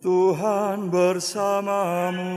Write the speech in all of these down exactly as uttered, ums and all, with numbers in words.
Tuhan bersamamu.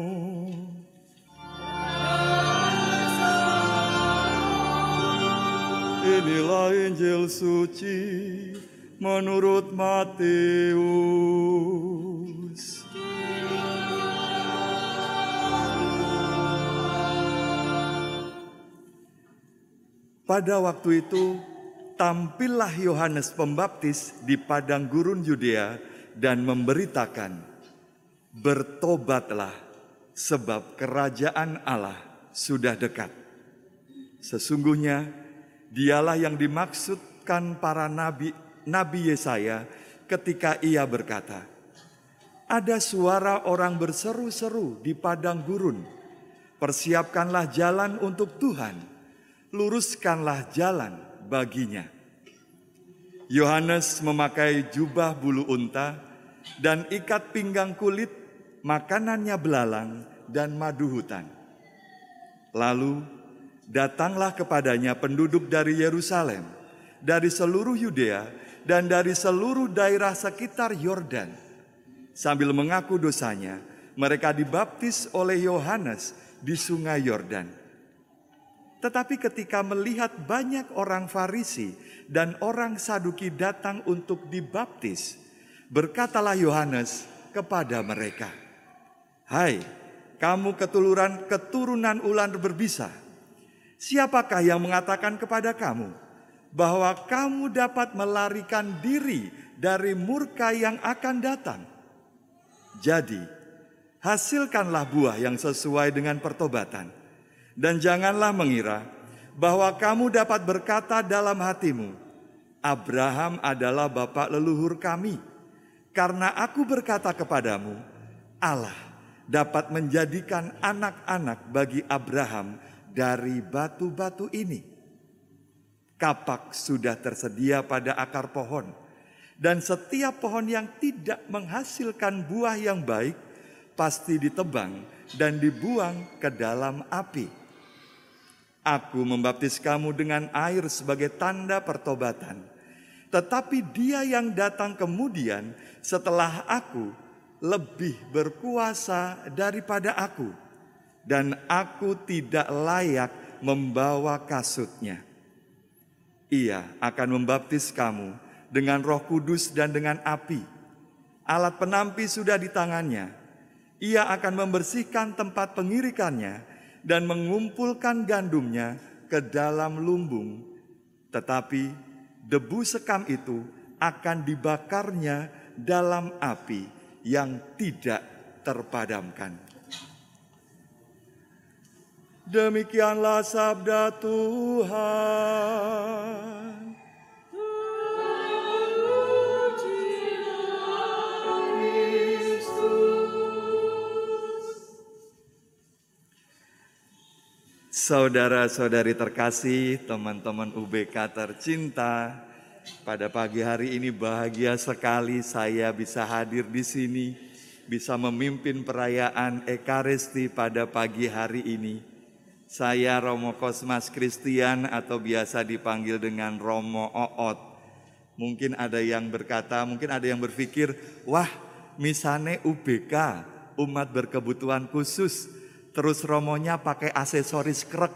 Inilah Injil suci menurut Matius. Pada waktu itu, tampillah Yohanes Pembaptis di padang gurun Yudea dan memberitakan, "Bertobatlah, sebab kerajaan Allah sudah dekat." Sesungguhnya, dialah yang dimaksudkan para nabi, Nabi Yesaya ketika ia berkata, "Ada suara orang berseru-seru di padang gurun, persiapkanlah jalan untuk Tuhan, luruskanlah jalan baginya." Yohanes memakai jubah bulu unta dan ikat pinggang kulit, makanannya belalang dan madu hutan. Lalu datanglah kepadanya penduduk dari Yerusalem, dari seluruh Yudea, dan dari seluruh daerah sekitar Yordan. Sambil mengaku dosanya, mereka dibaptis oleh Yohanes di sungai Yordan. Tetapi ketika melihat banyak orang Farisi dan orang Saduki datang untuk dibaptis, berkatalah Yohanes kepada mereka, "Hai, kamu keturunan keturunan ular berbisa, siapakah yang mengatakan kepada kamu bahwa kamu dapat melarikan diri dari murka yang akan datang? Jadi, hasilkanlah buah yang sesuai dengan pertobatan, dan janganlah mengira bahwa kamu dapat berkata dalam hatimu, 'Abraham adalah bapa leluhur kami,' karena aku berkata kepadamu, Allah dapat menjadikan anak-anak bagi Abraham dari batu-batu ini. Kapak sudah tersedia pada akar pohon, dan setiap pohon yang tidak menghasilkan buah yang baik pasti ditebang dan dibuang ke dalam api. Aku membaptis kamu dengan air sebagai tanda pertobatan, tetapi Dia yang datang kemudian setelah aku lebih berkuasa daripada aku, dan aku tidak layak membawa kasutnya. Ia akan membaptis kamu dengan Roh Kudus dan dengan api. Alat penampi sudah di tangannya. Ia akan membersihkan tempat pengirikannya dan mengumpulkan gandumnya ke dalam lumbung. Tetapi debu sekam itu akan dibakarnya dalam api yang tidak terpadamkan." Demikianlah sabda Tuhan. Saudara-saudari terkasih, teman-teman U B K tercinta, pada pagi hari ini bahagia sekali saya bisa hadir di sini, bisa memimpin perayaan Ekaristi pada pagi hari ini. Saya Romo Kosmas Christian atau biasa dipanggil dengan Romo Oot. Mungkin ada yang berkata, mungkin ada yang berpikir, wah misalnya U B K, umat berkebutuhan khusus, terus Romonya pakai aksesoris krek.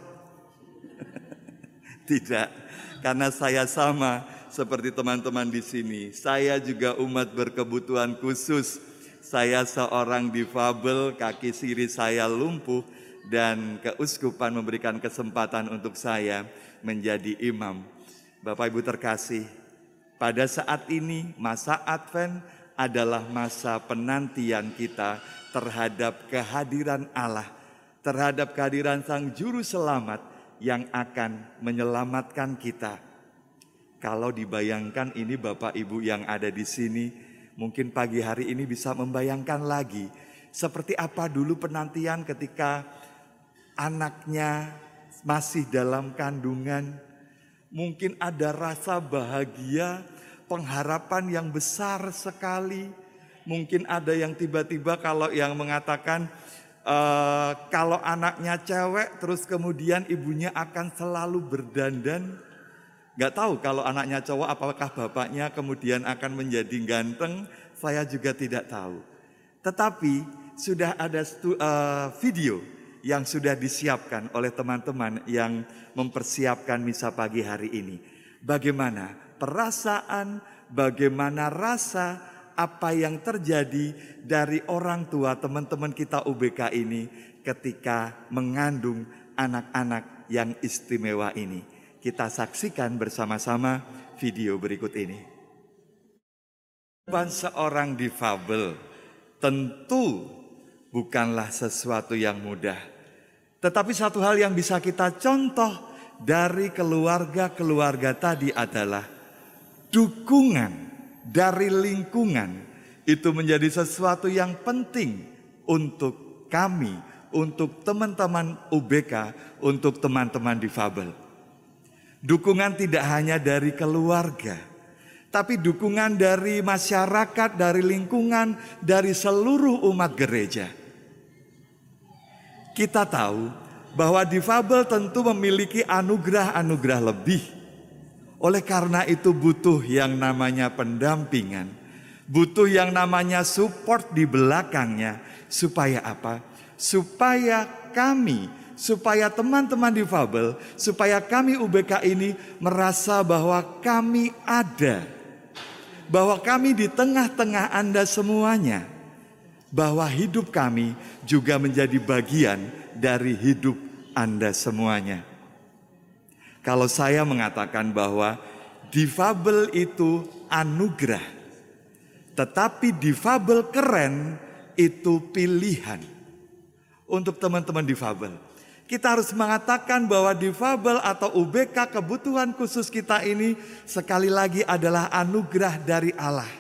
Tidak, karena saya sama seperti teman-teman di sini. Saya juga umat berkebutuhan khusus. Saya seorang difabel, kaki kiri saya lumpuh, dan keuskupan memberikan kesempatan untuk saya menjadi imam. Bapak Ibu terkasih, pada saat ini masa Advent adalah masa penantian kita terhadap kehadiran Allah, terhadap kehadiran Sang Juru Selamat yang akan menyelamatkan kita. Kalau dibayangkan ini Bapak Ibu yang ada di sini, mungkin pagi hari ini bisa membayangkan lagi seperti apa dulu penantian ketika anaknya masih dalam kandungan. Mungkin ada rasa bahagia, pengharapan yang besar sekali. Mungkin ada yang tiba-tiba kalau yang mengatakan uh, kalau anaknya cewek terus kemudian ibunya akan selalu berdandan. Gak tahu kalau anaknya cowok apakah bapaknya kemudian akan menjadi ganteng, saya juga tidak tahu. Tetapi sudah ada stu, uh, video yang sudah disiapkan oleh teman-teman yang mempersiapkan misa pagi hari ini. Bagaimana perasaan, bagaimana rasa, apa yang terjadi dari orang tua teman-teman kita U B K ini ketika mengandung anak-anak yang istimewa ini. Kita saksikan bersama-sama video berikut ini. Seorang difabel tentu bukanlah sesuatu yang mudah. Tetapi satu hal yang bisa kita contoh dari keluarga-keluarga tadi adalah dukungan dari lingkungan. Itu menjadi sesuatu yang penting untuk kami, untuk teman-teman U B K, untuk teman-teman difabel. Dukungan tidak hanya dari keluarga, tapi dukungan dari masyarakat, dari lingkungan, dari seluruh umat gereja. Kita tahu bahwa difabel tentu memiliki anugerah-anugerah lebih. Oleh karena itu butuh yang namanya pendampingan, butuh yang namanya support di belakangnya. Supaya apa? Supaya kami, supaya teman-teman difabel, supaya kami U B K ini merasa bahwa kami ada, bahwa kami di tengah-tengah Anda semuanya, bahwa hidup kami juga menjadi bagian dari hidup Anda semuanya. Kalau saya mengatakan bahwa difabel itu anugerah, tetapi difabel keren itu pilihan. Untuk teman-teman difabel, kita harus mengatakan bahwa difabel atau U B K kebutuhan khusus kita ini sekali lagi adalah anugerah dari Allah.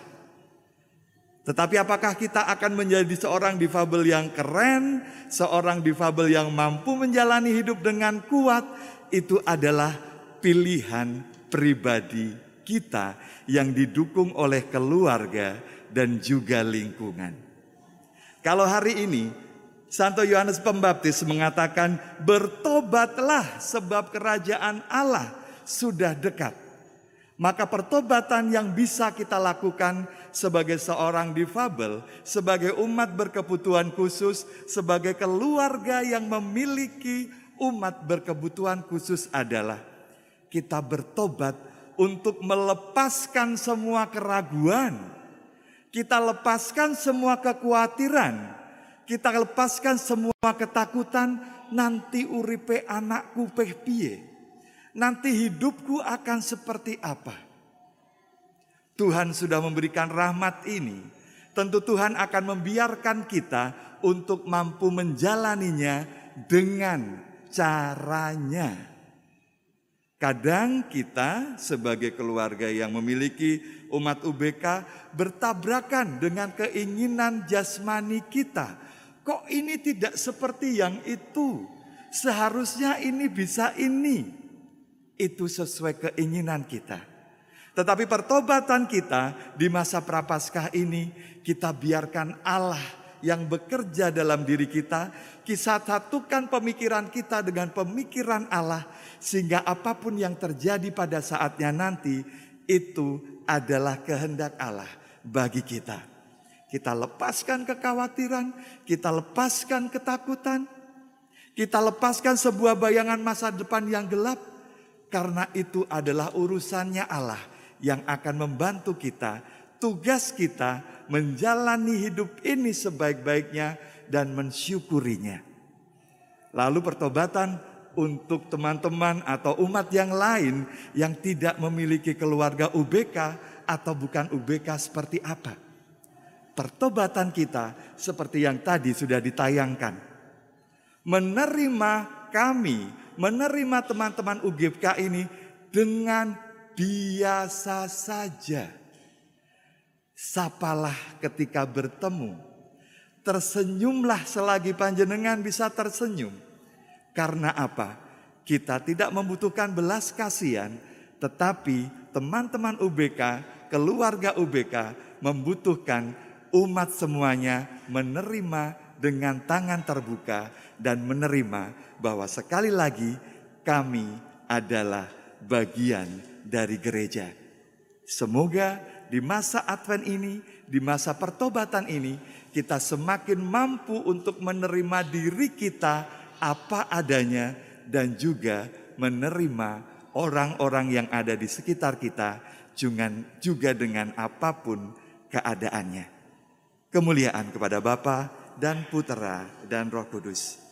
Tetapi apakah kita akan menjadi seorang difabel yang keren, seorang difabel yang mampu menjalani hidup dengan kuat? Itu adalah pilihan pribadi kita yang didukung oleh keluarga dan juga lingkungan. Kalau hari ini Santo Yohanes Pembaptis mengatakan, bertobatlah sebab kerajaan Allah sudah dekat. Maka pertobatan yang bisa kita lakukan sebagai seorang difabel, sebagai umat berkebutuhan khusus, sebagai keluarga yang memiliki umat berkebutuhan khusus adalah kita bertobat untuk melepaskan semua keraguan. Kita lepaskan semua kekhawatiran. Kita lepaskan semua ketakutan. Nanti uripe anakku peh piye. Nanti hidupku akan seperti apa. Tuhan sudah memberikan rahmat ini. Tentu Tuhan akan membiarkan kita untuk mampu menjalaninya dengan caranya. Kadang kita sebagai keluarga yang memiliki umat U B K bertabrakan dengan keinginan jasmani kita. Kok ini tidak seperti yang itu? Seharusnya ini bisa ini. Itu sesuai keinginan kita. Tetapi pertobatan kita di masa Prapaskah ini kita biarkan Allah yang bekerja dalam diri kita, kita satukan pemikiran kita dengan pemikiran Allah, sehingga apapun yang terjadi pada saatnya nanti, itu adalah kehendak Allah bagi kita. Kita lepaskan kekhawatiran, kita lepaskan ketakutan, kita lepaskan sebuah bayangan masa depan yang gelap, karena itu adalah urusannya Allah yang akan membantu kita. Tugas kita menjalani hidup ini sebaik-baiknya dan mensyukurinya. Lalu pertobatan untuk teman-teman atau umat yang lain yang tidak memiliki keluarga U B K atau bukan U B K seperti apa? Pertobatan kita seperti yang tadi sudah ditayangkan. Menerima kami, menerima teman-teman U G K ini dengan biasa saja. Sapalah ketika bertemu, tersenyumlah selagi panjenengan bisa tersenyum. Karena apa? Kita tidak membutuhkan belas kasihan, tetapi teman-teman U B K, keluarga U B K membutuhkan umat semuanya menerima dengan tangan terbuka dan menerima bahwa sekali lagi kami adalah bagian dari gereja. Semoga di masa Advent ini, di masa pertobatan ini kita semakin mampu untuk menerima diri kita apa adanya dan juga menerima orang-orang yang ada di sekitar kita juga dengan apapun keadaannya. Kemuliaan kepada Bapa dan Putera dan Roh Kudus,